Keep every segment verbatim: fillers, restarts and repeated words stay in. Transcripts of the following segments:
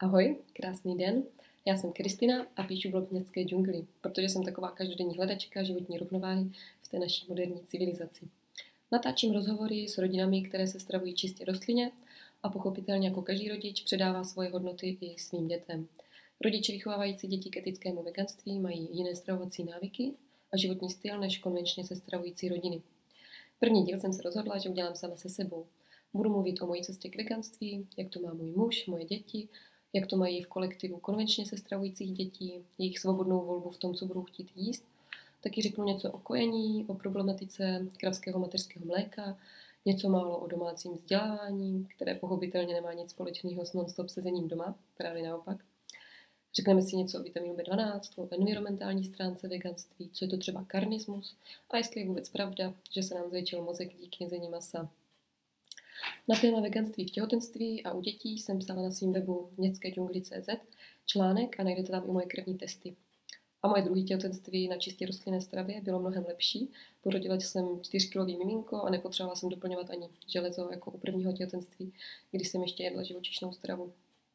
Ahoj, krásný den. Já jsem Kristina a píšu blog Městské džungly, protože jsem taková každodenní hledačka životní rovnováhy v té naší moderní civilizaci. Natáčím rozhovory s rodinami, které se stravují čistě rostlině a pochopitelně jako každý rodič předává svoje hodnoty i svým dětem. Rodiče vychovávající děti k etickému veganství mají jiné stravovací návyky a životní styl než konvenčně se stravující rodiny. První díl jsem se rozhodla, že udělám sama se sebou. Budu mluvit o mojí cestě k veganství, jak to má můj muž, moje děti, jak to mají v kolektivu konvenčně se stravujících dětí, jejich svobodnou volbu v tom, co budou chtít jíst. Taky řeknu něco o kojení, o problematice kravského mateřského mléka, něco málo o domácím vzdělávání, které pochopitelně nemá nic společného s non-stop sezením doma, právě naopak. Řekneme si něco o vitamínu bé dvanáct, o environmentální stránce veganství, co je to třeba karnismus a jestli je vůbec pravda, že se nám zvětšil mozek díky jezení masa. Na téma veganství v těhotenství a u dětí jsem psala na svém webu městské džungly tečka cé zet článek a najdete tam i moje krevní testy. A moje druhé těhotenství na čistě rostlinné stravě bylo mnohem lepší. Porodila jsem čtyřkilový miminko a nepotřebovala jsem doplňovat ani železo jako u prvního těhotenství, kdy jsem ještě jedla živočišnou stravu.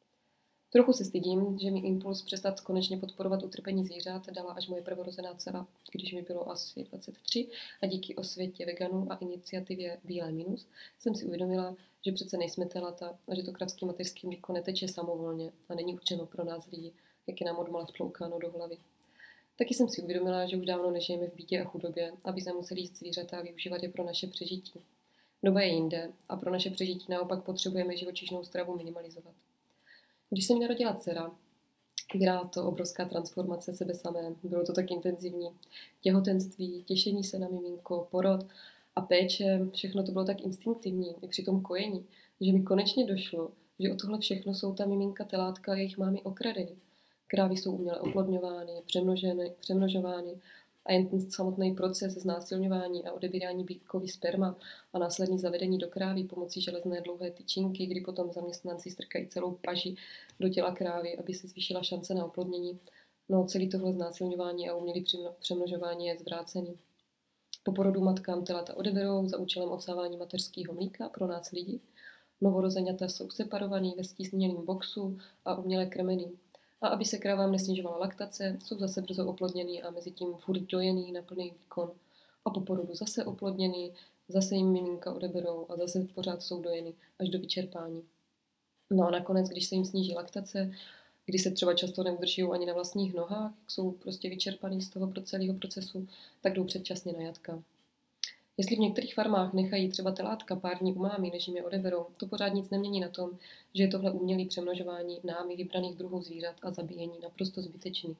Trochu se stydím, že mi impuls přestat konečně podporovat utrpení zvířat dala až moje prvorozená dcera, když mi bylo asi dvacet tři a díky osvětě veganů a iniciativě Bílé minus jsem si uvědomila, že přece nejsme telata a že to kravský mateřský mlíko neteče samovolně a není určeno pro nás lidi, jak je nám odmala vtloukáno do hlavy. Taky jsem si uvědomila, že už dávno nežijeme v bídě a chudobě, aby jsme museli jíst zvířata a využívat je pro naše přežití. Doba je jinde a pro naše přežití naopak potřebujeme živočišnou stravu minimalizovat. Když se mi narodila dcera, byla to obrovská transformace sebe samé. Bylo to tak intenzivní. Těhotenství, těšení se na miminko, porod a péče, všechno to bylo tak instinktivní i při tom kojení, že mi konečně došlo, že o tohle všechno jsou ta miminka telátka a jejich mámy okradeny. Krávy jsou uměle oplodňovány, přemnoženy, přemnožovány a jen ten samotný proces znásilňování a odebírání bílkový sperma a následní zavedení do krávy pomocí železné dlouhé tyčinky, kdy potom zaměstnanci strkají celou paži do těla krávy, aby se zvýšila šance na oplodnění. No celý tohle znásilňování a umělé přemnožování je zvrácený. Po porodu matkám telata odeberou za účelem odsávání mateřského mlíka pro nás lidi. Novorozeňata jsou separovaný ve stísněném boxu a uměle krmený. A aby se krávám nesnižovala laktace, jsou zase brzo oplodněný a mezi tím furt dojený na plný výkon. A po porodu zase oplodněný, zase jim miminka odeberou a zase pořád jsou dojeny až do vyčerpání. No a nakonec, když se jim sníží laktace, kdy se třeba často neudrží ani na vlastních nohách, jak jsou prostě vyčerpaný z toho pro celého procesu, tak jdou předčasně na jatka. Jestli v některých farmách nechají třeba telátka pár dní u mámy, než jim je odeberou, to pořád nic nemění na tom, že je tohle umělé přemnožování námi vybraných druhů zvířat a zabíjení naprosto zbytečný.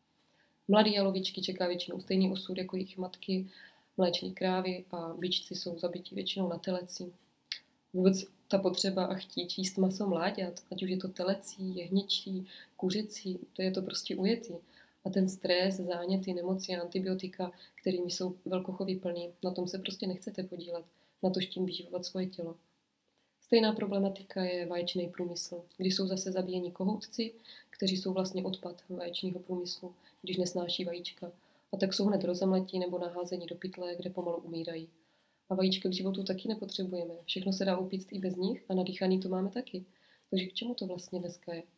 Mladý jalovičky čeká většinou stejný osud jako jejich matky, mléční krávy a bičci jsou zabiti většinou na telecí. Vůbec ta potřeba a chtít jíst maso mláďat, ať už je to telecí, jehněčí, kuřecí, to je to prostě ujetý. A ten stres, záněty, nemoci a antibiotika, kterými jsou velkochovy plný, na tom se prostě nechcete podílet, na to tím vyživovat svoje tělo. Stejná problematika je vaječný průmysl, kdy jsou zase zabíjeni kohoutci, kteří jsou vlastně odpad vaječního průmyslu, když nesnáší vajíčka. A tak jsou hned rozemletí nebo naházení do pytle, kde pomalu umírají. A vajíčka k životu taky nepotřebujeme. Všechno se dá upíct i bez nich a nadýchaný to máme taky. Takže k čemu to vlastně dneska je?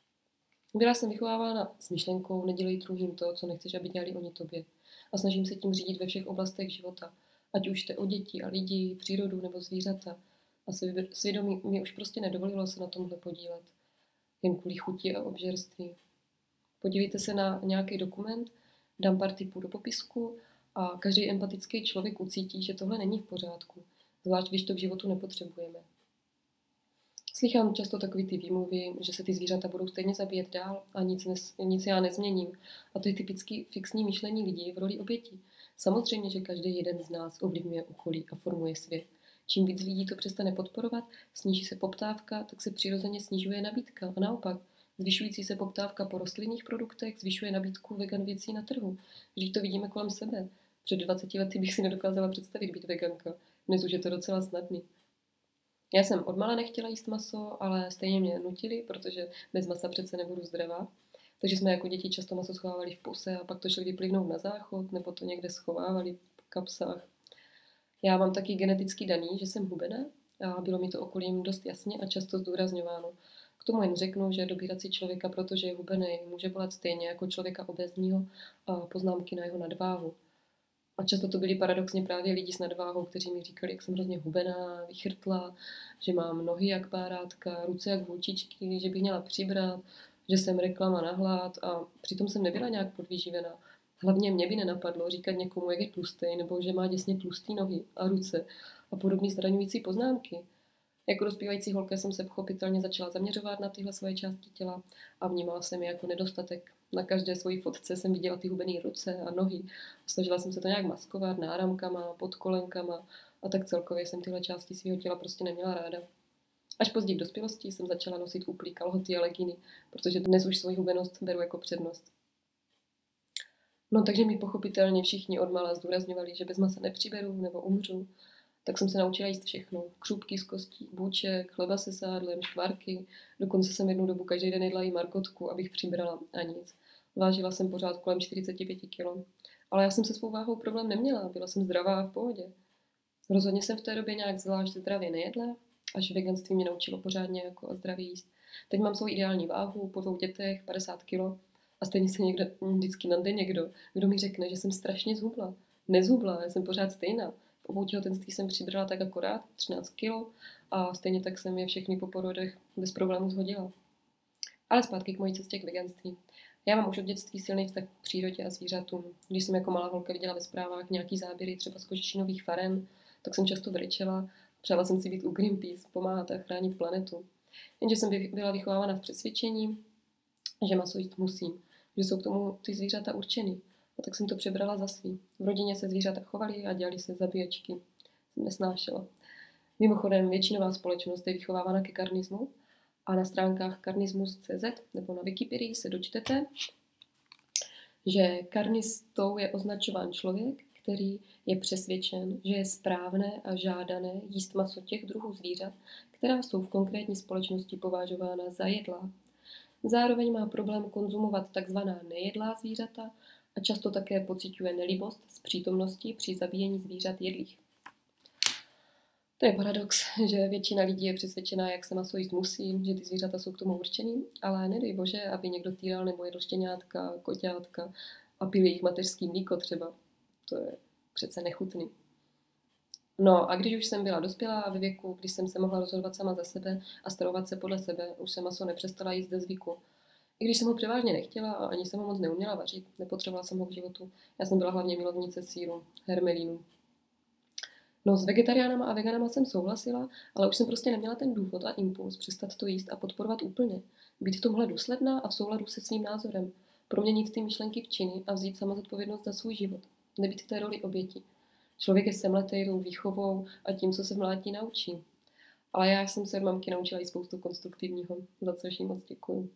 Byla jsem vychovávána s myšlenkou nedělej druhým to, co nechceš, aby dělali oni tobě. A snažím se tím řídit ve všech oblastech života. Ať už jde o děti a lidi, přírodu nebo zvířata. A svědomí mi už prostě nedovolilo se na tomhle podílet. Jen kvůli chuti a obžerství. Podívejte se na nějaký dokument, dám pár tipů do popisku a každý empatický člověk ucítí, že tohle není v pořádku. Zvlášť, když to v životu nepotřebujeme. Slychám často takový ty výmluvy, že se ty zvířata budou stejně zabíjet dál a nic, nes, nic já nezměním. A to je typický fixní myšlení lidí v roli obětí. Samozřejmě, že každý jeden z nás ovlivňuje okolí a formuje svět. Čím víc lidí to přestane podporovat, sníží se poptávka, tak se přirozeně snižuje nabídka. A naopak, zvyšující se poptávka po rostlinných produktech zvyšuje nabídku vegan věcí na trhu. Vždyť to vidíme kolem sebe. Před dvaceti lety bych si nedokázala představit být veganka. Dnes už je to docela snadný. Já jsem odmala nechtěla jíst maso, ale stejně mě nutili, protože bez masa přece nebudu zdravá. Takže jsme jako děti často maso schovávali v puse a pak to šli vyplivnout na záchod, nebo to někde schovávali v kapsách. Já mám taky geneticky daný, že jsem hubená a bylo mi to okolím dost jasně a často zdůrazňováno. K tomu jen řeknu, že dobírat si člověka, protože je hubený, může bolet stejně jako člověka obézního a poznámky na jeho nadváhu. A často to byli paradoxně právě lidi s nadváhou, kteří mi říkali, jak jsem hrozně hubená, vychrtlá, že mám nohy jak párátka, ruce jak holčičky, že bych měla přibrat, že jsem reklama na hlad a přitom jsem nebyla nějak podvyživená. Hlavně mě by nenapadlo říkat někomu, jak je tlustý, nebo že má děsně tlustý nohy a ruce a podobné zraňující poznámky. Jako dospívající holka jsem se pochopitelně začala zaměřovat na tyhle svoje části těla a vnímala jsem je jako nedostatek. Na každé svojí fotce jsem viděla ty hubené ruce a nohy. Snažila jsem se to nějak maskovat náramkama, pod kolenkama a tak celkově jsem tyhle části svého těla prostě neměla ráda. Až později v dospělosti jsem začala nosit uplý kalhoty a legíny, protože dnes už svoji hubenost beru jako přednost. No takže mi pochopitelně všichni odmala zdůrazňovali, že bez masa nepřiberu nebo umřu. Tak jsem se naučila jíst všechno. Křupky z kostí, bůček, chleba se sádlem, škvárky. Dokonce jsem jednu dobu každý den jedla i markotku, abych přibrala a nic. Vážila jsem pořád kolem čtyřicet pět kilo. Ale já jsem se svou váhou problém neměla, byla jsem zdravá a v pohodě. Rozhodně jsem v té době nějak zvlášť zdravě nejedla, až veganství mě naučilo pořádně jako zdravě jíst. Teď mám svou ideální váhu, po dvou dětech, padesát kilo. A stejně se někdo, vždycky najde někdo, kdo mi řekne, že jsem strašně zhubla. Nezhubla, já jsem pořád stejná. V obou těhotenství jsem přibrala tak akorát třináct kilo a stejně tak jsem je všechny po porodech bez problémů zhodila. Ale zpátky k mojí cestě k veganství. Já mám už od dětství silný vztah k přírodě a zvířatům. Když jsem jako malá holka viděla ve zprávách nějaký záběry třeba z kožešinových farem, tak jsem často brečela. Přála jsem si být u Greenpeace, pomáhat a chránit planetu. Jenže jsem byla vychovávána v přesvědčení, že maso jíst musím, že jsou k tomu ty zvířata určeny. A tak jsem to přebrala za svý. V rodině se zvířata chovaly a dělali se zabíječky. Jsem nesnášela. Mimochodem, většinová společnost je vychovávána ke karnismu a na stránkách karnismus tečka cé zet nebo na Wikipedii se dočtete, že karnistou je označován člověk, který je přesvědčen, že je správné a žádané jíst maso těch druhů zvířat, která jsou v konkrétní společnosti považována za jedlá. Zároveň má problém konzumovat takzvaná nejedlá zvířata a často také pociťuje nelibost z přítomnosti při zabíjení zvířat jedlých. To je paradox, že většina lidí je přesvědčená, jak se maso jíst musí, že ty zvířata jsou k tomu určený, ale nedej bože, aby někdo týral nebo jedl štěňátka, koťátka a pil jejich mateřský mlíko třeba. To je přece nechutný. No a když už jsem byla dospělá a ve věku, když jsem se mohla rozhodovat sama za sebe a stravovat se podle sebe, už jsem maso nepřestala jíst ze zvyku. I když jsem ho převážně nechtěla a ani jsem ho moc neuměla vařit, nepotřebovala jsem ho k životu. Já jsem byla hlavně milovnice sýru, hermelínu. No s vegetariánama a veganama jsem souhlasila, ale už jsem prostě neměla ten důvod a impuls přestat to jíst a podporovat úplně. Být v tomhle důsledná a v souladu se svým názorem. Proměnit ty myšlenky v činy a vzít sama zodpovědnost za svůj život. Nebýt v té roli oběti. Člověk je semletej tou výchovou a tím, co se v mládí naučí. Ale já jsem se od mamky naučila i spoustu konstruktivního, za což jí moc děkuju.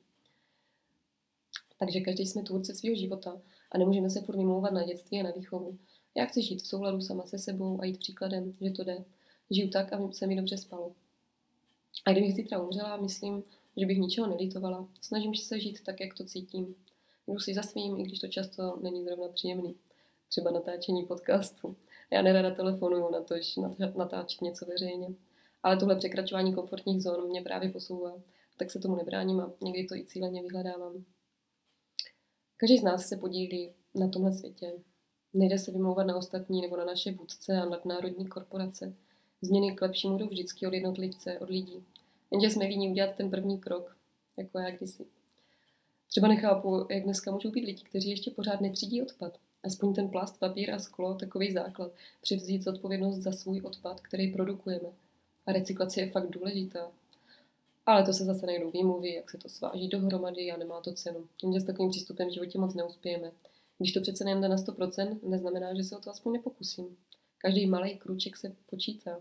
Takže každý jsme tvůrce svého života a nemůžeme se furt vymlouvat na dětství a na výchovu. Já chci žít v souladu sama se sebou a jít příkladem, že to jde. Žiju tak, aby se mi dobře spalo. A kdybych zítra umřela, myslím, že bych ničeho nelitovala. Snažím se žít tak, jak to cítím. Jdu si za svým, i když to často není zrovna příjemný. Třeba natáčení podcastu. Já nerada telefonuju na to, že natáčet něco veřejně. Ale tohle překračování komfortních zón mě právě posouvá. Tak se tomu nebráním a někdy to i cíleně vyhledávám. Každý z nás se podílí na tomhle světě. Nejde se vymlouvat na ostatní nebo na naše vůdce a nadnárodní korporace. Změny k lepšímu jdou vždycky od jednotlivce, od lidí. Jenže jsme líní udělat ten první krok, jako já kdysi. Třeba nechápu, jak dneska můžou být lidi, kteří ještě pořád netřídí odpad. Aspoň ten plast, papír a sklo, takový základ. Převzít zodpovědnost za svůj odpad, který produkujeme. A recyklace je fakt důležitá. Ale to se zase najdou výmluvy, jak se to sváží dohromady a nemá to cenu. Jenže s takovým přístupem v životě moc neuspějeme. Když to přece nejde na sto procent, neznamená, že se o to aspoň nepokusím. Každý malý krůček se počítá.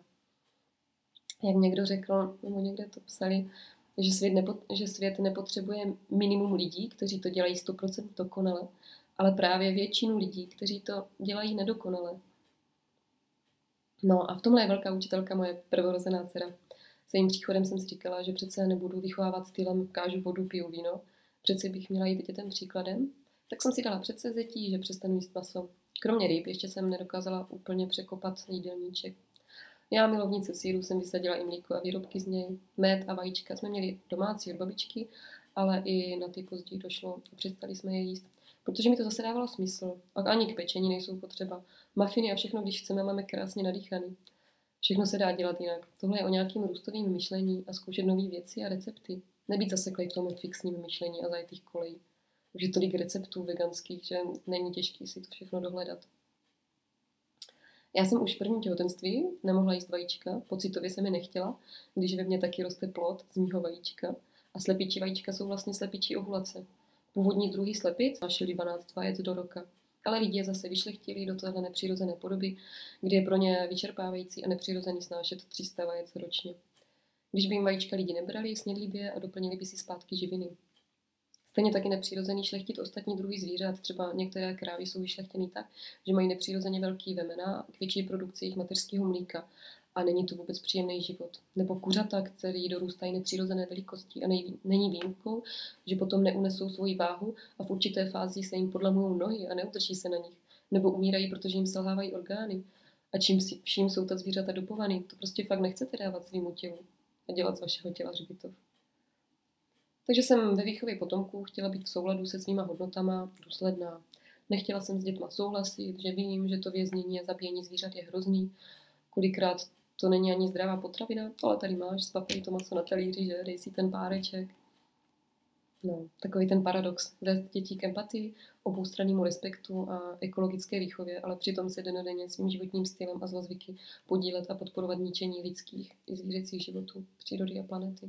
Jak někdo řekl, nebo někde to psali, že svět, nepo, že svět nepotřebuje minimum lidí, kteří to dělají sto procent dokonale, ale právě většinu lidí, kteří to dělají nedokonale. No a v tomhle je velká učitelka moje prvorozená dcera. S jejím příchodem jsem si říkala, že přece nebudu vychovávat stylem kážu vodu, piju víno. Přece bych měla jít dětem příkladem. Tak jsem si dala předsevzetí, že přestanu jíst maso. Kromě ryb ještě jsem nedokázala úplně překopat jídelníček. Já, milovnice sýru, jsem vysadila i mlíko a výrobky z něj. Med a vajíčka jsme měli domácí od babičky, ale i na ty později došlo a přestali jsme je jíst. Protože mi to zase dávalo smysl. A ani k pečení nejsou potřeba. Mafiny a všechno, když chceme, máme krásně nadýchaný. Všechno se dá dělat jinak. Tohle je o nějakým růstovým myšlení a zkoušet nové věci a recepty. Nebýt zaseklej v tom fixním myšlení a zajetých kolejí. Už je tolik receptů veganských, že není těžké si to všechno dohledat. Já jsem už v prvním těhotenství nemohla jíst vajíčka, pocitově se mi nechtěla, když ve mně taky roste plod z mýho vajíčka. A slepičí vajíčka jsou vlastně slepičí ovulace. Původní druhy slepic našili dvanáct vajec do roka. Ale lidi je zase vyšlechtili do téhle nepřirozené podoby, kdy je pro ně vyčerpávající a nepřirozený snášet tři sta vajec ročně. Když by jim vajíčka lidi nebrali, snědli by je a doplnili by si zpátky živiny. Stejně taky nepřirozený šlechtit ostatní druhy zvířat, třeba některé krávy jsou vyšlechtěny tak, že mají nepřirozeně velký vemena k větší produkci jejich mateřského mlíka a není to vůbec příjemný život. Nebo kuřata, které dorůstají nepřirozené velikosti a nej, není výjimkou, že potom neunesou svoji váhu a v určité fázi se jim podlamují nohy a neudrží se na nich. Nebo umírají, protože jim selhávají orgány. A čím si, vším jsou ta zvířata dopovaný, to prostě fakt nechcete dávat svýmu tělu a dělat z vašeho těla hřbitov. Takže jsem ve výchově potomků chtěla být v souladu se svýma hodnotama, důsledná. Nechtěla jsem s dětma souhlasit, že vím, že to věznění a zabíjení zvířat je hrozný. Kolikrát to není ani zdravá potravina, ale tady máš, spapej to maso na talíři, že dej si ten páreček. No, takový ten paradox. Vést dětí k empatii, oboustrannému respektu a ekologické výchově, ale přitom se dennodenně svým životním stylem a zlozvyky podílet a podporovat ničení lidských i zvířecích životů, přírody a planety.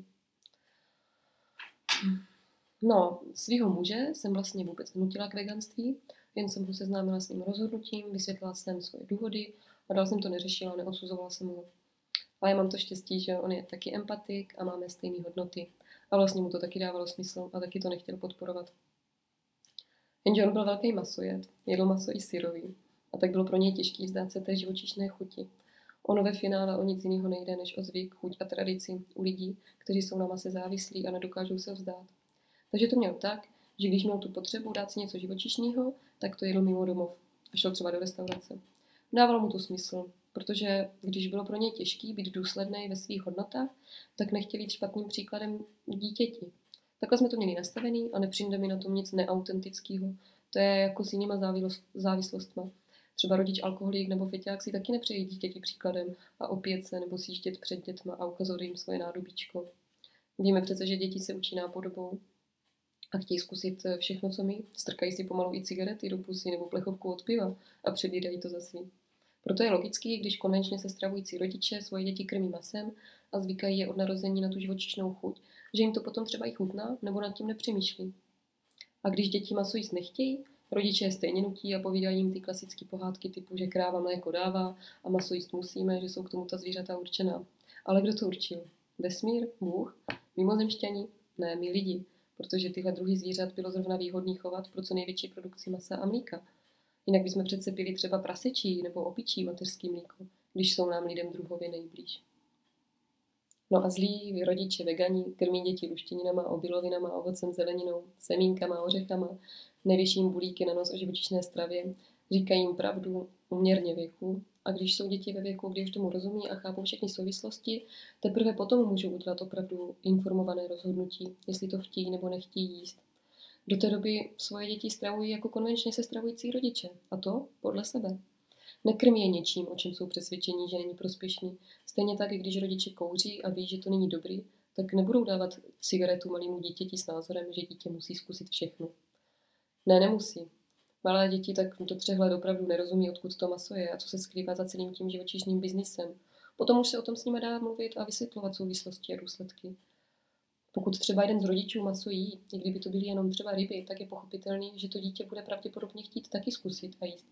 No, svýho muže jsem vlastně vůbec nenutila k veganství, jen jsem ho seznámila s svým rozhodnutím, vysvětlila jsem svoje důvody a dál jsem to neřešila, neodsuzovala jsem ho. Ale já mám to štěstí, že on je taky empatik a máme stejné hodnoty. A vlastně mu to taky dávalo smysl a taky to nechtěl podporovat. Jenže on byl velký masojed, jedl maso i syrový a tak bylo pro něj těžký vzdát se té živočišné chuti. Ono ve finále o nic jiného nejde, než o zvyk, chuť a tradici u lidí, kteří jsou na mase závislí a nedokážou se vzdát. Takže to měl tak, že když měl tu potřebu dát si něco živočišného, tak to jedl mimo domov a šel třeba do restaurace. Dávalo mu to smysl, protože když bylo pro něj těžký být důsledný ve svých hodnotách, tak nechtěl jít špatným příkladem dítěti. Takhle jsme to měli nastavený a nepřijde mi na tom nic neautentického. To je jako s jinýma závislostma. Třeba rodič alkoholik nebo feťák si taky nepřeje dítěti příkladem a opět se nebo sjíždět před dětma a ukazovat jim svoje nádobíčko. Víme přece, že děti se učí nápodobou a chtějí zkusit všechno, co my. Strkají si pomalu i cigarety do pusy nebo plechovku od piva a přebírají to za svý. Proto je logický, když konvenčně se stravující rodiče svoje děti krmí masem a zvykají je od narození na tu živočišnou chuť, že jim to potom třeba i chutná nebo nad tím nepřemýšlí. A když děti maso jíst nechtějí, rodiče je stejně nutí a povídají jim ty klasické pohádky typu, že kráva mléko dává a maso jíst musíme, že jsou k tomu ta zvířata určená. Ale kdo to určil? Vesmír? Bůh? Mimozemšťani? Ne, my lidi. Protože tyhle druhy zvířat bylo zrovna výhodný chovat pro co největší produkci masa a mlíka. Jinak bychom přece pili třeba prasečí nebo opičí mateřský mlíko, když jsou nám lidem druhově nejblíž. No a zlí rodiče vegani krmí děti luštěninama, obilovinama, ovocem, zeleninou, semínkama, ořechama, nevěší jim bulíky na nos o živočišné stravě, říkají jim pravdu uměrně věku a když jsou děti ve věku, kdy už tomu rozumí a chápou všechny souvislosti, teprve potom můžou udělat opravdu informované rozhodnutí, jestli to chtějí nebo nechtějí jíst. Do té doby svoje děti stravují jako konvenčně se stravující rodiče, a to podle sebe. Nekrmí je něčím, o čem jsou přesvědčení, že není prospěšný. Stejně tak, když rodiče kouří a ví, že to není dobrý, tak nebudou dávat cigaretu malému dítěti s názorem, že dítě musí zkusit všechno. Ne, nemusí. Malé děti tak do třech let opravdu nerozumí, odkud to maso je a co se skrývá za celým tím živočišným biznisem. Potom už se o tom s nimi dá mluvit a vysvětlovat souvislosti a důsledky. Pokud třeba jeden z rodičů maso jí, i kdyby to byly jenom třeba ryby, tak je pochopitelný, že to dítě bude pravděpodobně chtít taky zkusit a jíst.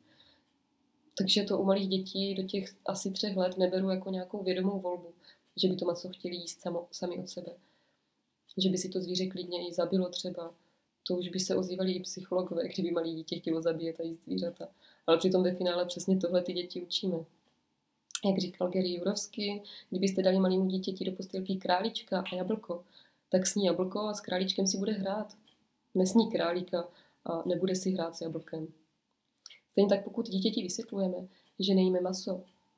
Takže to u malých dětí do těch asi třech let neberu jako nějakou vědomou volbu, že by to maso chtěli jíst samo, sami od sebe. Že by si to zvíře klidně i zabilo třeba. To už by se ozývali i psychologové, kdyby malé dítě chtělo zabíjet a jíst zvířata. Ale přitom ve finále přesně tohle ty děti učíme. Jak říkal Gary Jurovský, kdybyste dali malému dítěti do postýlky králíčka a jablko, tak sní jablko a s králíčkem si bude hrát. Nesní králíka a nebude si hrát s jablkem. Stejně tak pokud dítěti vysvětlujeme, že nejíme maso a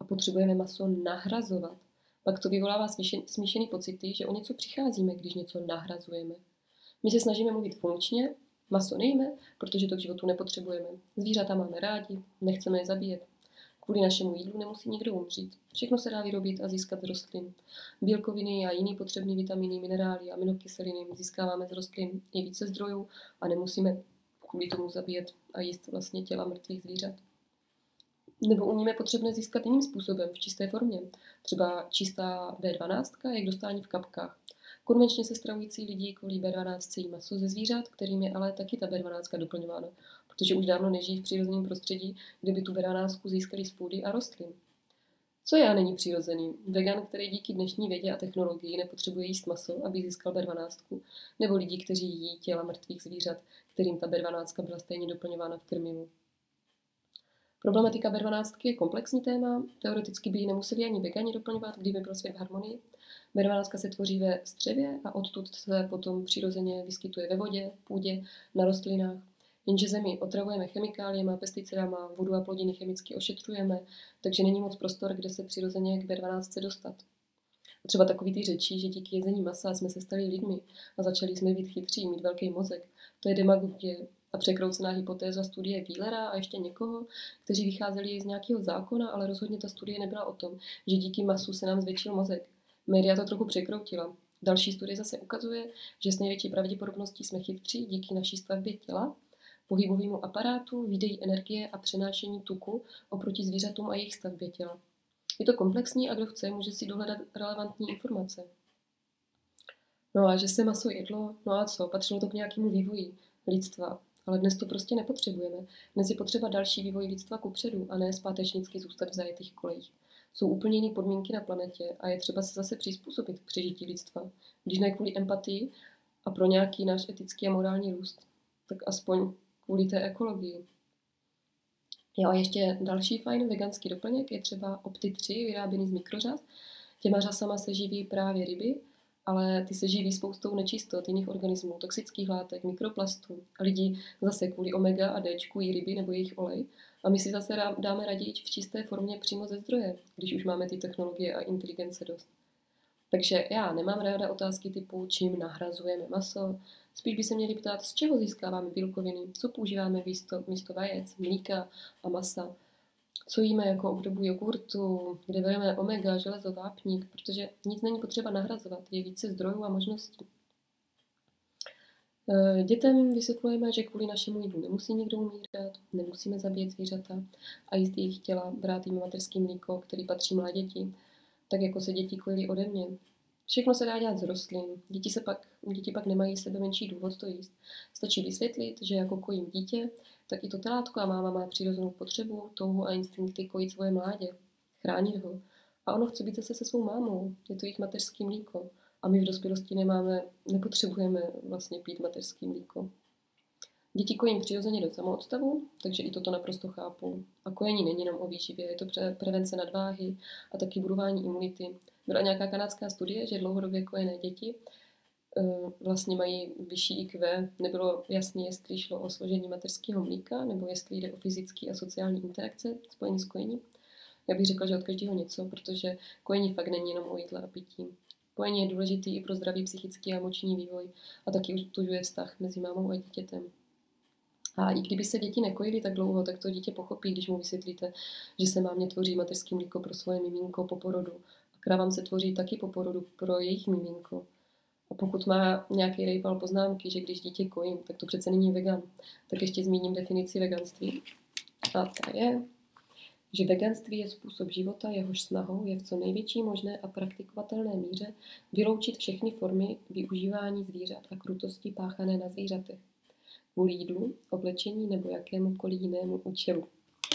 a potřebujeme maso nahrazovat, pak to vyvolává smíšený pocity, že o něco přicházíme, když něco nahrazujeme. My se snažíme mluvit funkčně, maso nejíme, protože to k životu nepotřebujeme. Zvířata máme rádi, nechceme je zabíjet. Kvůli našemu jídlu nemusí nikdo umřít. Všechno se dá vyrobit a získat z rostlin. Bílkoviny a jiný potřebné vitaminy, minerály a aminokyseliny získáváme z rostlin i více zdrojů a nemusíme kvůli tomu zabíjet a jíst vlastně těla mrtvých zvířat. Nebo umíme potřebné získat jiným způsobem, v čisté formě. Třeba čistá bé dvanáct je k dostání v kapkách. Konvenčně se stravující lidi kvůli bé dvanáct jí maso ze zvířat, kterým je ale taky ta bé dvanáct doplňována, protože už dávno nežijí v přirozeném prostředí, kde by tu bé dvanáct získali z půdy a rostlin. Co je a není přirozený? Vegan, který díky dnešní vědě a technologii nepotřebuje jíst maso, aby získal bé dvanáct, nebo lidi, kteří jí těla mrtvých zvířat, kterým ta bé dvanáct byla stejně doplňována v krmivu. Problematika bé dvanáct je komplexní téma, teoreticky by ji nemuseli ani vegani doplňovat, kdyby byl svět v harmonii. bé dvanáct se tvoří ve střevě a odtud se potom přirozeně vyskytuje ve vodě, půdě, na rostlinách. Jenže zemi otravujeme chemikáliemi, pesticidama, vodu a plodiny chemicky ošetřujeme, takže není moc prostor, kde se přirozeně k bé dvanáct dostat. A třeba takový ty řeči, že díky jezení masa jsme se stali lidmi a začali jsme být chytří, mít velký mozek, to je demagogie a překroucená hypotéza studie Wheelera a ještě někoho, kteří vycházeli z nějakého zákona, ale rozhodně ta studie nebyla o tom, že díky masu se nám zvětšil mozek. Média to trochu překroutila. Další studie zase ukazuje, že s největší pravděpodobností jsme chytří díky naší stavbě těla, pohybovému aparátu, výdeji energie a přenášení tuku oproti zvířatům a jejich stavbě těla. Je to komplexní a kdo chce, může si dohledat relevantní informace. No a že se maso jedlo, no a co, patřilo to k nějakému vývoji lidstva. Ale dnes to prostě nepotřebujeme. Dnes je potřeba další vývoj lidstva kupředu a ne zpátečnicky zůstat v zajetých kolejích. Jsou úplně jiné podmínky na planetě a je třeba se zase přizpůsobit k přežití lidstva. Když ne kvůli empatii a pro nějaký náš etický a morální růst, tak aspoň kvůli té ekologii. Jo a ještě další fajn veganský doplněk je třeba Opti tři, vyráběný z mikrořas. Těma řasama se živí právě ryby, ale ty se živí spoustou nečistot, jiných organismů, toxických látek, mikroplastů. A lidi zase kvůli omega a Dčku jí ryby nebo jejich olej. A my si zase dáme raději v čisté formě přímo ze zdroje, když už máme ty technologie a inteligence dost. Takže já nemám ráda otázky typu, čím nahrazujeme maso. Spíš by se měli ptát, z čeho získáváme bílkoviny, co používáme místo, místo vajec, mlíka a masa. Co jíme jako obdobu jogurtu, kde bereme omega, železo, vápník, protože nic není potřeba nahrazovat, je více zdrojů a možností. Dětem vysvětlujeme, že kvůli našemu jídlu nemusí nikdo umírat, nemusíme zabíjet zvířata a jíst jejich těla, brát jim mateřský mlíko, který patří mláděti, tak jako se děti kojily ode mě. Všechno se dá dělat z rostlin, děti, se pak, děti pak nemají sebe menší důvod to jíst. Stačí vysvětlit, že jako kojím dítě, tak i to telátko a máma má přirozenou potřebu, touhu a instinkty kojit svoje mládě, chránit ho. A ono chce být zase se svou mámou, je to jejich mateřský mlíko. A my v dospělosti nemáme, nepotřebujeme vlastně pít mateřský mlíko. Děti kojím přirozeně do samoodstavu, takže i toto naprosto chápou. A kojení není jenom o výživě, je to prevence nadváhy a taky budování imunity. Byla nějaká kanadská studie, že dlouhodobě kojené děti vlastně mají vyšší í kvé. Nebylo jasné, jestli šlo o složení mateřského mlíka, nebo jestli jde o fyzické a sociální interakce spojené s kojením. Já bych řekla, že od každého něco, protože kojení fakt není jenom o jídle a pití. Kojení je důležitý i pro zdravý psychický a emoční vývoj a taky utužuje vztah mezi mámou a dítětem. A i kdyby se děti nekojily tak dlouho, tak to dítě pochopí, když mu vysvětlíte, že se mámě tvoří mateřský mlíko pro svoje miminko po porodu. A kravám se tvoří taky po porodu pro jejich miminko. A pokud má nějaký rejpal poznámky, že když dítě kojím, tak to přece není vegan, tak ještě zmíním definici veganství. A ta je, že veganství je způsob života, jehož snahou je v co největší možné a praktikovatelné míře vyloučit všechny formy využívání zvířat a krutosti páchané na zvířatech. Kvůli jídlu, oblečení nebo jakémukoliv jinému účelu.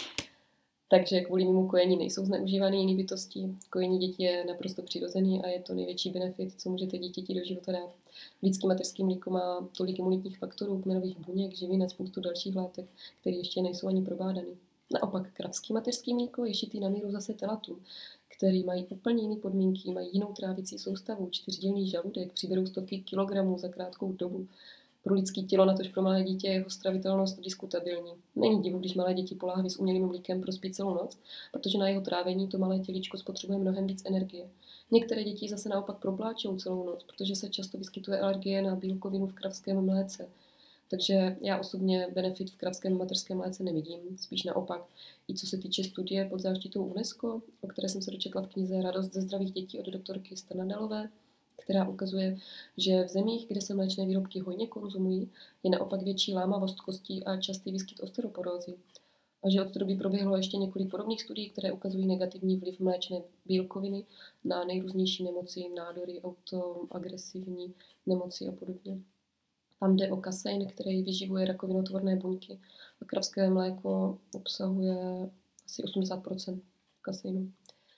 Takže kvůli mému kojení nejsou zneužívány jiné bytosti. Kojení dětí je naprosto přirozený a je to největší benefit, co můžete dítěti do života dát. Lidský mateřský mlíko má tolik imunitních faktorů, kmenových buněk, živin a spoustu dalších látek, které ještě nejsou ani probádané. Naopak kravský mateřský mlíko je šitý na míru zase telatům, který mají úplně jiné podmínky, mají jinou trávicí soustavu, čtyřdílný žaludek, přiberou stovky kilogramů za krátkou dobu. pro lidské tělo, natož pro malé dítě, je jeho stravitelnost diskutabilní. Není divu, když malé děti poláhví s umělým mlíkem prospí celou noc, protože na jeho trávení to malé tělíčko spotřebuje mnohem víc energie. Některé děti zase naopak propláčou celou noc, protože se často vyskytuje alergie na bílkovinu v kravském mléce. Takže já osobně benefit v kravském mateřském mléce nevidím, spíš naopak. I co se týče studie pod záštitou UNESCO, o které jsem se dočetla v knize Radost ze zdravých dětí od doktorky Stanadalové, která ukazuje, že v zemích, kde se mléčné výrobky hojně konzumují, je naopak větší lámavost kostí a častý výskyt osteoporózy. A že od té doby proběhlo ještě několik podobných studií, které ukazují negativní vliv mléčné bílkoviny na nejrůznější nemoci, nádory, autoagresivní nemoci a podobně. Tam jde o kasein, který vyživuje rakovinotvorné buňky. A kravské mléko obsahuje asi osmdesát procent kaseinu.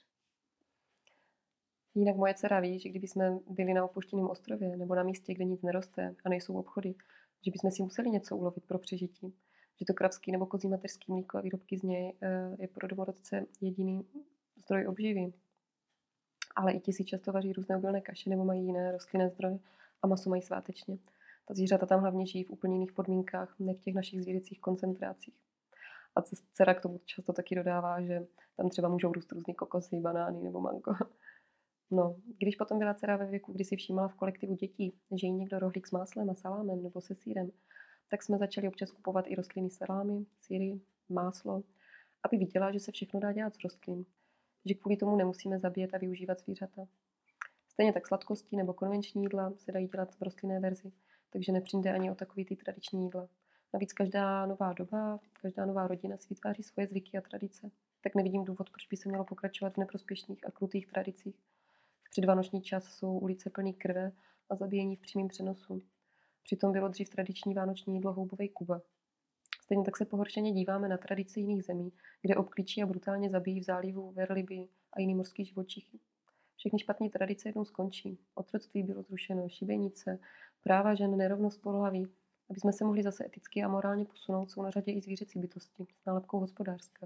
Jinak moje dcera ví, že kdybychom byli na opuštěném ostrově nebo na místě, kde nic neroste a nejsou obchody, že bychom si museli něco ulovit pro přežití. Že to kravský nebo kozí mateřský mlíko a výrobky z něj je pro domorodce jediný zdroj obživy. Ale i ti si často vaří různé obilné kaše nebo mají jiné rostlinné zdroje a maso mají svátečně. Ta zvířata tam hlavně žijí v úplně jiných podmínkách, ne v těch našich zvířecích koncentracích. A dcera k tomu často taky dodává, že tam třeba můžou růst různý kokosy, banány nebo mango. No, když potom byla dcera ve věku, kdy si všímala v kolektivu dětí, že jí někdo rohlík s máslem a salámem nebo se sýrem, tak jsme začali občas kupovat i rostlinný salámy, sýry, máslo, aby viděla, že se všechno dá dělat z rostlin, že kvůli tomu nemusíme zabíjet a využívat zvířata. Stejně tak sladkosti nebo konvenční jídla se dají dělat v rostlinné verzi, takže nepřijde ani o takový ty tradiční jídla. Navíc každá nová doba, každá nová rodina si vytváří svoje zvyky a tradice. Tak nevidím důvod, proč by se mělo pokračovat v neprospěšných a krutých tradicích. V předvánoční čas jsou ulice plný krve a zabíjení v přímém přenosu. Přitom bylo dřív tradiční vánoční jídlo houbovej Kuba. Stejně tak se pohoršeně díváme na tradice jiných zemí, kde obklíčí a brutálně zabíjí v zálivu velryby a jiný morský živočichy. Všechny špatné tradice jednou skončí. Otroctví bylo zrušeno, šibenice, práva žen, nerovnost pohlaví. Aby jsme se mohli zase eticky a morálně posunout, jsou na řadě i zvířecí bytosti s nálepkou hospodářská.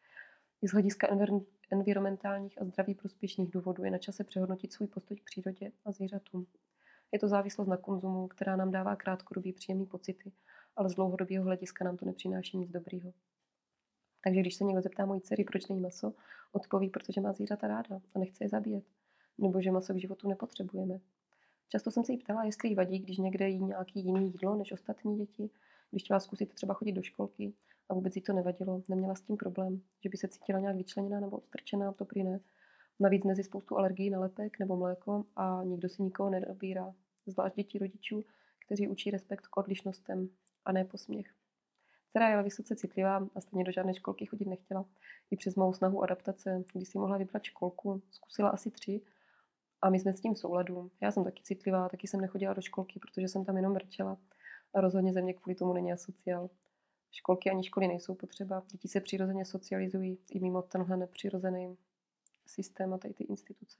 I z hlediska envir- environmentálních a zdraví prospěšných důvodů je na čase přehodnotit svůj postoj k přírodě a zvířatům. Je to závislost na konzumu, která nám dává krátkodobý příjemný pocity, ale z dlouhodobého hlediska nám to nepřináší nic dobrýho. Takže když se někdo zeptá mojí dcery, proč nejí maso, odpoví, protože má zvířata ráda a nechce je zabíjet, nebo že maso k životu nepotřebujeme. Často jsem se jí ptala, jestli jí vadí, když někde jí nějaký jiný jídlo než ostatní děti, když chtěla zkusit třeba chodit do školky a vůbec jí to nevadilo, neměla s tím problém, že by se cítila nějak vyčleněná nebo odstrčená, to prý ne. Navíc dnes je spoustu alergií na lepek nebo mléko a nikdo si nikoho nedobírá, zvlášť děti rodičů, kteří učí respekt k odlišnostem a ne posměch. Dcera je vysoce citlivá a stejně do žádné školky chodit nechtěla. I přes mou snahu adaptace, když si mohla vybrat školku, zkusila asi tři a my jsme s tím v souladu. Já jsem taky citlivá, taky jsem nechodila do školky, protože jsem tam jenom brčela a rozhodně ze mě kvůli tomu není asociál. Školky ani školy nejsou potřeba, děti se přirozeně socializují i mimo tenhle nepřirozený systém a tady ty instituce.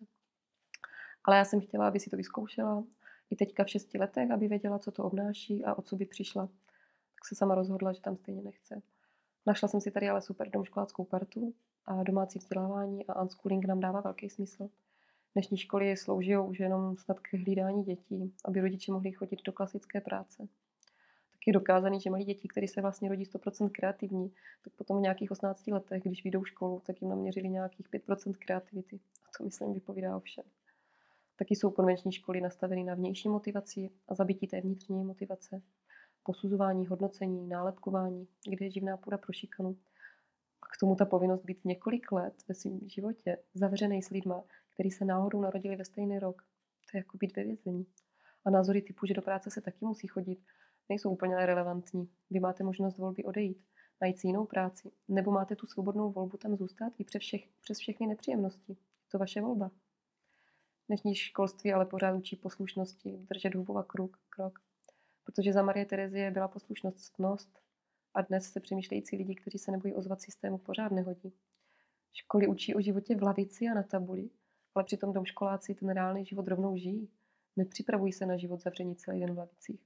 Ale já jsem chtěla, aby si to vyzkoušela i teďka v šesti letech, aby věděla, co to obnáší a o co by přišla. Tak se sama rozhodla, že tam stejně nechce. Našla jsem si tady ale super domškoláckou partu a domácí vzdělávání a unschooling nám dává velký smysl. Dnešní školy slouží už jenom snad k hlídání dětí, aby rodiče mohli chodit do klasické práce. Tak je dokázaný, že malí děti, které se vlastně rodí sto procent kreativní, tak potom v nějakých osmnácti letech, když vyjdou školu, tak jim naměřili nějakých pět procent kreativity. A to myslím vypovídá o všem. Taky jsou konvenční školy nastaveny na vnější motivaci a zabití té vnitřní motivace. Posuzování, hodnocení, nálepkování, kde je živná půda pro šikanu. A k tomu ta povinnost být několik let ve svém životě zavřený s lidma, který se náhodou narodili ve stejný rok. To je jako být ve vězení. A názory typu, že do práce se taky musí chodit, nejsou úplně relevantní. Vy máte možnost volby odejít, najít si jinou práci, nebo máte tu svobodnou volbu tam zůstat i přes, všech, přes všechny nepříjemnosti. Je to vaše volba. Dnešní školství ale pořád učí poslušnosti, držet hubu a krok, krok. Protože za Marie Terezie byla poslušnost ctnost a dnes se přemýšlející lidi, kteří se nebojí ozvat systému, pořád nehodí. Školy učí o životě v lavici a na tabuli, ale přitom domškoláci ten reálný život rovnou žijí. Nepřipravují se na život zavření celý den v lavicích.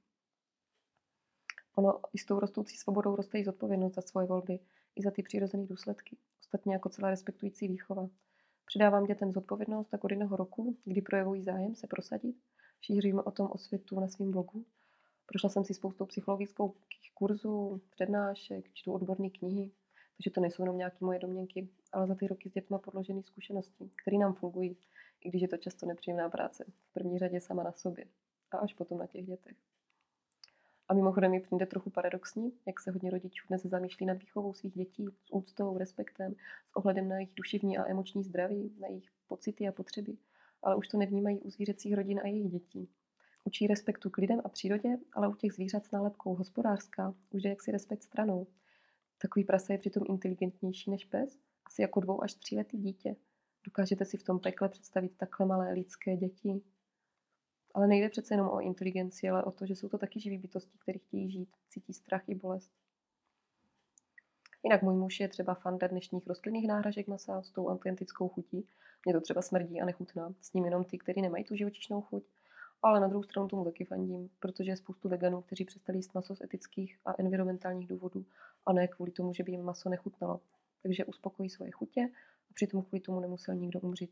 Ono i s tou rostoucí svobodou roste i zodpovědnost za svoje volby, i za ty přirozené důsledky. Ostatně jako celá respektující výchova. Předávám dětem zodpovědnost tak od jednoho roku, kdy projevují zájem se prosadit. Šíříme o tom osvětu na svém blogu. Prošla jsem si spoustou psychologických kurzů, přednášek, čtu odborné knihy, takže to nejsou jenom nějaké moje domněnky, ale za ty roky s dětma podložené zkušenosti, které nám fungují, i když je to často nepříjemná práce. V první řadě sama na sobě a až potom na těch dětech. A mimochodem mi přijde trochu paradoxní, jak se hodně rodičů dnes zamýšlí nad výchovou svých dětí s úctou, respektem, s ohledem na jejich duševní a emoční zdraví, na jejich pocity a potřeby, ale už to nevnímají u zvířecích rodin a jejich dětí. Učí respektu k lidem a přírodě, ale u těch zvířat s nálepkou hospodářská už jde jaksi respekt stranou. Takový prase je přitom inteligentnější než pes, asi jako dvou až tříletý dítě. Dokážete si v tom pekle představit takhle malé lidské děti? Ale nejde přece jenom o inteligenci, ale o to, že jsou to taky živý bytosti, které chtějí žít, cítí strach i bolest. Jinak můj muž je třeba fanda dnešních rostlinných náhražek masa s tou autentickou chutí. Mně to třeba smrdí a nechutná. S ním jenom ty, kteří nemají tu živočišnou chuť. Ale na druhou stranu tomu taky fandím, protože je spoustu veganů, kteří přestali jíst maso z etických a environmentálních důvodů a ne kvůli tomu, že by jim maso nechutnalo. Takže uspokojí svoje chutě a přitom kvůli tomu nemusel nikdo umřít.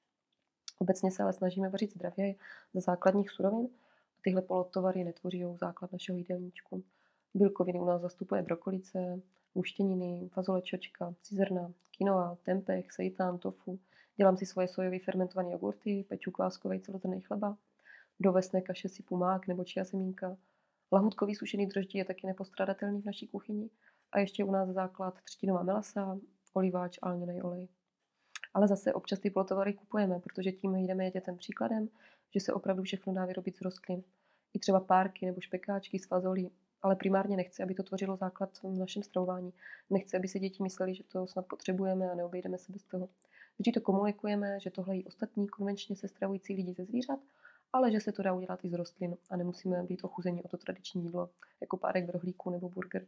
Obecně se ale snažíme vařit zdravě ze základních surovin a tyhle polotovary netvoří základ našeho jídelníčku. Bílkoviny u nás zastupuje brokolice, luštěniny, fazole čočka, cizrna, quinoa, tempeh, seitan, tofu. Dělám si svoje sojové fermentované jogurty, peču kváskový celozrnný chleba. Do vesné kaše sypu mák nebo chia semínka. Lahůdkový sušený droždí je taky nepostradatelný v naší kuchyni. A ještě u nás základ třtinová melasa, oliváč a lněnej olej. Ale zase občas ty polotovary kupujeme, protože tím jdeme dětem příkladem, že se opravdu všechno dá vyrobit z rostlin. I třeba párky nebo špekáčky z fazolí, ale primárně nechci, aby to tvořilo základ v našem stravování. Nechci, aby se děti mysleli, že to snad potřebujeme a neobejdeme se bez toho. Vždy to komunikujeme, že tohle jí ostatní konvenčně se stravující lidi ze zvířat, ale že se to dá udělat i z rostlin a nemusíme být ochuzeni o to tradiční jídlo, jako párek v rohlíku nebo burger.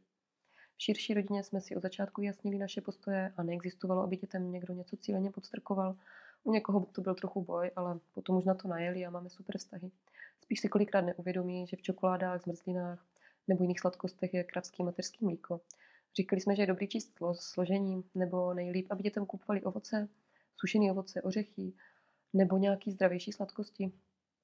V širší rodině jsme si od začátku vyjasnili naše postoje a neexistovalo, aby dětem někdo něco cíleně podstrkoval. U někoho to byl trochu boj, ale potom už na to najeli a máme super vztahy. Spíš si kolikrát neuvědomí, že v čokoládách, zmrzlinách nebo jiných sladkostech je kravský mateřský mlíko. Říkali jsme, že je dobrý číst složení, nebo nejlíp, aby dětem kupovali ovoce, sušené ovoce, ořechy nebo nějaký zdravější sladkosti.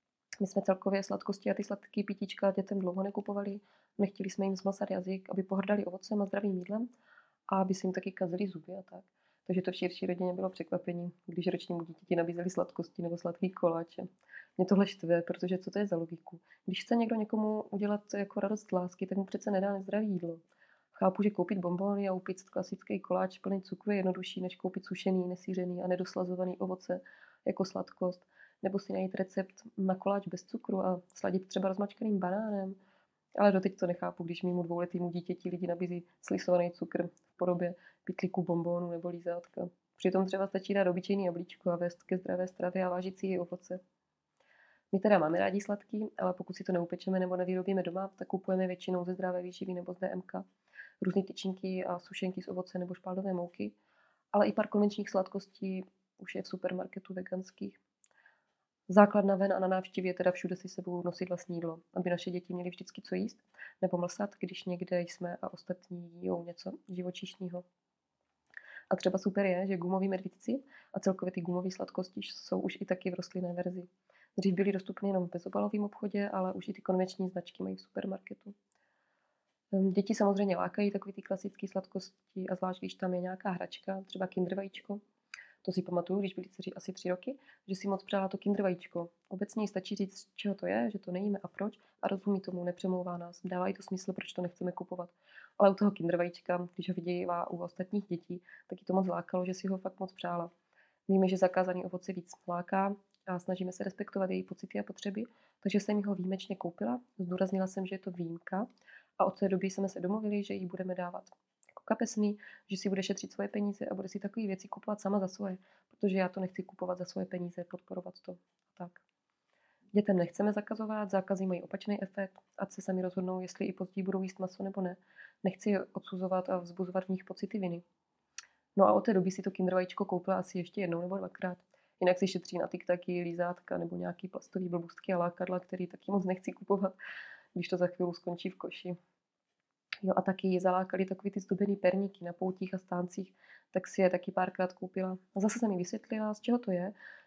My jsme celkově sladkosti a ty sladké pitíčka dětem dlouho nekupovali. Nechtěli jsme jim zmasat jazyk, aby pohrdali ovocem a zdravým jídlem a aby se jim taky kazily zuby a tak. Takže to v širší rodině bylo překvapení, když ročnímu dítěti nabízeli sladkosti nebo sladký koláče. Mě tohle štve, protože co to je za logiku? Když chce někdo někomu udělat jako radost z lásky, tak mu přece nedá nezdravý jídlo. Chápu, že koupit bonbony a upít klasický koláč plný cukru je jednodušší, než koupit sušený, nesýřený a nedoslazovaný ovoce jako sladkost, nebo si najít recept na koláč bez cukru a sladit třeba rozmačkaným banánem. Ale doteď to nechápu, když mému dvouletýmu dítěti lidi nabízí slisovaný cukr v podobě pytlíků bonbónů nebo lízátka. Přitom třeba stačí dát obyčejný jablíčko a vést ke zdravé stravě a vážit si její ovoce. My teda máme rádi sladký, ale pokud si to neupečeme nebo nevyrobíme doma, tak kupujeme většinou ze zdravé výživy nebo z D M K. Různé tyčinky a sušenky z ovoce nebo špaldové mouky, ale i pár konvenčních sladkostí už je v supermarketu veganských. Základ na ven a na návštěvě je teda všude si sebou nosit vlastní jídlo, aby naše děti měly vždycky co jíst, nebo mlsat, když někde jsme a ostatní jíjou něco živočišného. A třeba super je, že gumoví medvídci a celkově ty gumové sladkosti jsou už i taky v rostlinné verzi. Dřív byly dostupny jenom v bezobalovém obchodě, ale už i ty konvenční značky mají v supermarketu. Děti samozřejmě lákají takové ty klasické sladkosti a zvlášť, když tam je nějaká hračka, třeba Kinder vajíčko. To si pamatuju, když byli dceři asi tři roky, že si moc přála to Kinder vajíčko. Obecně jí stačí říct, z čeho to je, že to nejíme a proč, a rozumí tomu, nepřemlouvá nás. Dává jí to smysl, proč to nechceme kupovat. Ale u toho Kinder vajíčka, když ho viděla u ostatních dětí, tak jí to moc lákalo, že si ho fakt moc přála. Víme, že zakázaný ovoce víc láká a snažíme se respektovat její pocity a potřeby, takže jsem jí ho výjimečně koupila. Zdůraznila jsem, že je to výjimka a od té doby jsme se domluvili, že jí budeme dávat jako kapesný, že si bude šetřit svoje peníze a bude si takové věci kupovat sama za svoje, protože já to nechci kupovat za svoje peníze, podporovat to. Tak. Dětem nechceme zakazovat, zákazy mají opačný efekt, ať se sami rozhodnou, jestli i později budou jíst maso nebo ne. Nechci je odsuzovat a vzbuzovat v nich pocity viny. No a od té doby si to Kinder vajíčko koupila asi ještě jednou nebo dvakrát. Jinak si šetří na tiktaky, lízátka nebo nějaký plastový blbůstky a lákadla, který taky moc nechci kupovat, když to za chvíli skončí v koši. Jo, a taky ji zalákali takový ty zdobený perníky na poutích a stáncích, tak si je taky párkrát koupila. A zase jsem mi vysvětlila, z čeho to je,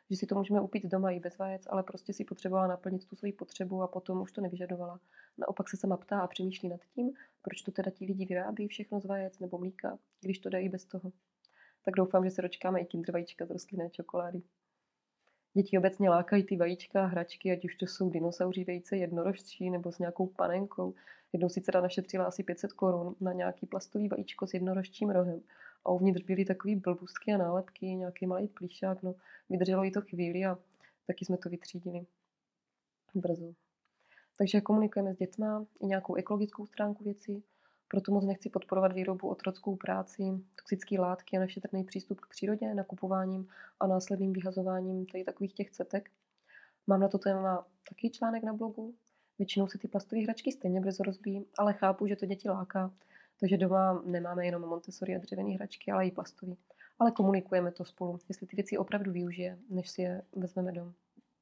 že si to můžeme upít doma i bez vajec, ale prostě si potřebovala naplnit tu svoji potřebu a potom už to nevyžadovala. Naopak se sama ptá a přemýšlí nad tím, proč to teda ti lidi vyrábí všechno z vajec nebo mlíka, když to dají bez toho. Tak doufám, že se dočkáme i Kinder vajíčka z rostlinné čokolády. Děti obecně lákají ty vajíčka a hračky, ať už to jsou dinosauří vejce, jednorožčí nebo s nějakou panenkou. Jednou si teda našetřila asi pět set korun na nějaký plastový vajíčko s jednorožčím rohem. A uvnitř byly takový blbůstky a nálepky, nějaký malý plíšák. No, vydrželo jí to chvíli a taky jsme to vytřídili brzo. Takže komunikujeme s dětma i nějakou ekologickou stránku věci, proto moc nechci podporovat výrobu, otrockou práci, toxické látky a nešetrný přístup k přírodě, nakupováním a následným vyhazováním tady takových těch cetek. Mám na to téma taky článek na blogu. Většinou se ty plastové hračky stejně brzo rozbíjí, ale chápu, že to děti láká, takže doma nemáme jenom Montessori a dřevěné hračky, ale i plastové. Ale komunikujeme to spolu, jestli ty věci opravdu využije, než si je vezmeme dom.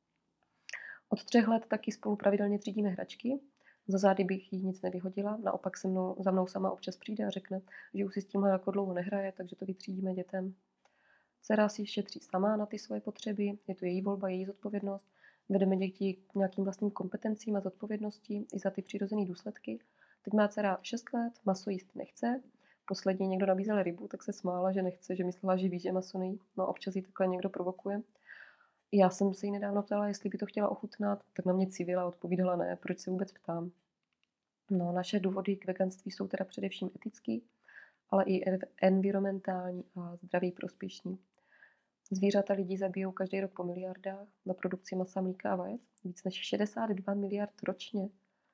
Od třech let taky spolu pravidelně třídíme hračky. Za zády bych jí nic nevyhodila, naopak se mnou, za mnou sama občas přijde a řekne, že už si s tímhle jako dlouho nehraje, takže to vytřídíme dětem. Dcera si šetří sama na ty svoje potřeby, je to její volba, její zodpovědnost. Vedeme děti k nějakým vlastním kompetencím a zodpovědností i za ty přirozené důsledky. Teď má dcera šest let, maso jíst nechce. Posledně někdo nabízel rybu, tak se smála, že nechce, že myslela, že ví, že maso nejí. No občas jí takhle někdo provokuje. Já jsem se jí nedávno ptala, jestli by to chtěla ochutnat, tak na mě civila a odpovídala ne, proč se vůbec ptám. No, naše důvody k veganství jsou teda především etický, ale i environmentální a zdraví prospěšný. Zvířata lidi zabijou každý rok po miliardách na produkci masa, mlíka a vajec, víc než šedesát dva miliard ročně.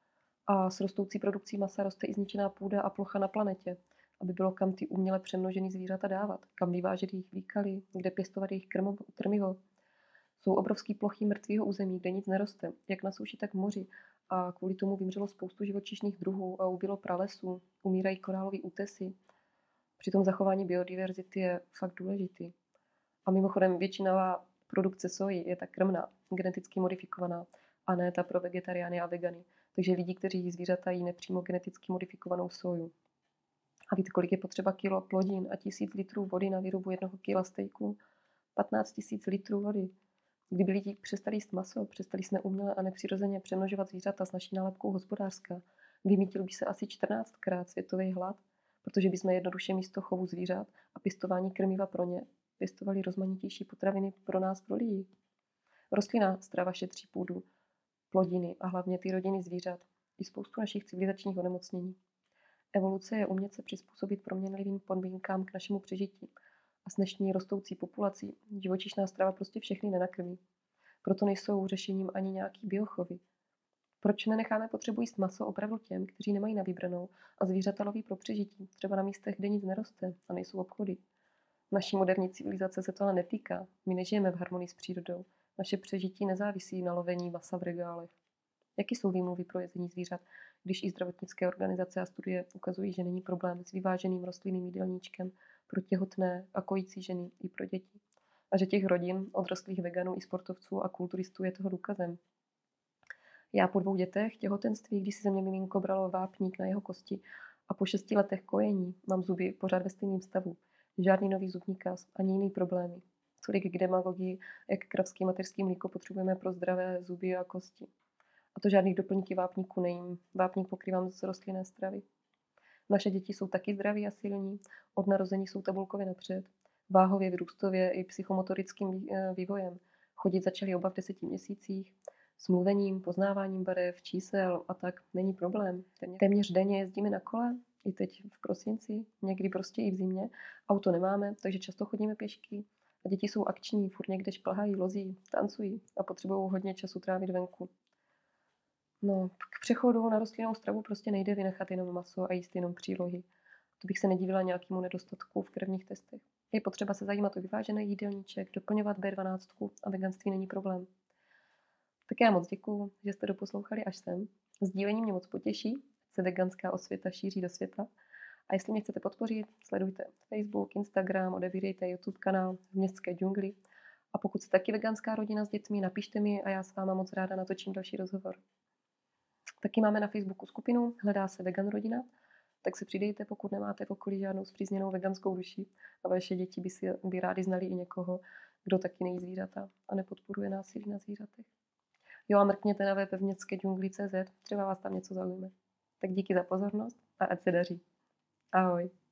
A s rostoucí produkcí masa roste i zničená půda a plocha na planetě, aby bylo kam ty uměle přemnožený zvířata dávat, kam vyvážet jejich výkaly, kde pěstovat jejich krmivo. Jsou obrovský plochy mrtvého území, kde nic neroste, jak na souši, tak v moři. A kvůli tomu vymřelo spoustu živočišných druhů a ubylo pralesů, umírají korálové útesy. Přitom zachování biodiverzity je fakt důležitý. A mimochodem většinová produkce soji je tak krmná, geneticky modifikovaná, a ne ta pro vegetariány a vegany. Takže lidi, kteří zvířata jí nepřímo geneticky modifikovanou soju. A víte, kolik je potřeba kilo plodin a tisíc litrů vody na výrobu jednoho kila stejku? patnáct tisíc litrů vody. Kdyby lidi přestali jíst maso, přestali jsme uměle a nepřirozeně přemnožovat zvířata s naší nálepkou hospodářská, vymítil by se asi čtrnáctkrát světový hlad, protože bychom jednoduše místo chovu zvířat a pěstování krmiva pro ně pěstovali rozmanitější potraviny pro nás, pro lidi. Rostlinná strava šetří půdu, plodiny a hlavně ty rodiny zvířat i spoustu našich civilizačních onemocnění. Evoluce je umět se přizpůsobit proměnlivým podmínkám k našemu přežití. A s dnešní rostoucí populací živočišná strava prostě všechny nenakrmí. Proto nejsou řešením ani nějaký biochovy. Proč nenecháme potřebu jíst maso opravdu těm, kteří nemají na vybranou a zvířata loví pro přežití, třeba na místech, kde nic neroste a nejsou obchody? Naší moderní civilizace se to ale netýká. My nežijeme v harmonii s přírodou. Naše přežití nezávisí na lovení masa v regálech. Jaký jsou výmluvy pro jezení zvířat, když i zdravotnické organizace a studie ukazují, že není problém s vyváženým rostlinným jídelníčkem pro těhotné a kojící ženy i pro děti. A že těch rodin, odrostlých veganů i sportovců a kulturistů je toho důkazem. Já po dvou dětech těhotenství, když si ze mě miminko bralo vápník na jeho kosti a po šesti letech kojení mám zuby pořád ve stejném stavu. Žádný nový zubní kaz, ani jiný problémy. Tolik k demagogii, jak kravský mateřský mlíko potřebujeme pro zdravé zuby a kosti. A to žádných doplňky vápníku nejím. Vápník pokrývám z rostlinné stravy. Naše děti jsou taky zdraví a silní. Od narození jsou tabulkově napřed. Váhově, vyrůstově i psychomotorickým vývojem. Chodit začali oba v deseti měsících. S mluvením, poznáváním barev, čísel a tak není problém. Téměř denně jezdíme na kole, i teď v prosinci, někdy prostě i v zimě. Auto nemáme, takže často chodíme pěšky. A děti jsou akční, furt někde šplhají, lozí, tancují a potřebují hodně času trávit venku. No, k přechodu na rostlinnou stravu prostě nejde vynechat jenom maso a jíst jenom přílohy. To bych se nedivila nějakému nedostatku v krevních testech. Je potřeba se zajímat o vyvážený jídelníček, doplňovat bé dvanáct a veganství není problém. Tak já moc děkuju, že jste doposlouchali až sem. Sdílení mě moc potěší, se veganská osvěta šíří do světa. A jestli mě chcete podpořit, sledujte Facebook, Instagram, odebírejte YouTube kanál v Městské džungli. A pokud jste taky veganská rodina s dětmi, napište mi a já s váma moc ráda natočím další rozhovor. Taky máme na Facebooku skupinu, hledá se Vegan rodina, tak se přidejte, pokud nemáte v okolí žádnou spřízněnou veganskou duši a vaše děti by si by rádi znali i někoho, kdo taky nejí zvířata a nepodporuje násilí na zvířatech. Jo a mrkněte na web pevnické džungli tečka cé zet, třeba vás tam něco zaujme. Tak díky za pozornost a ať se daří. Ahoj.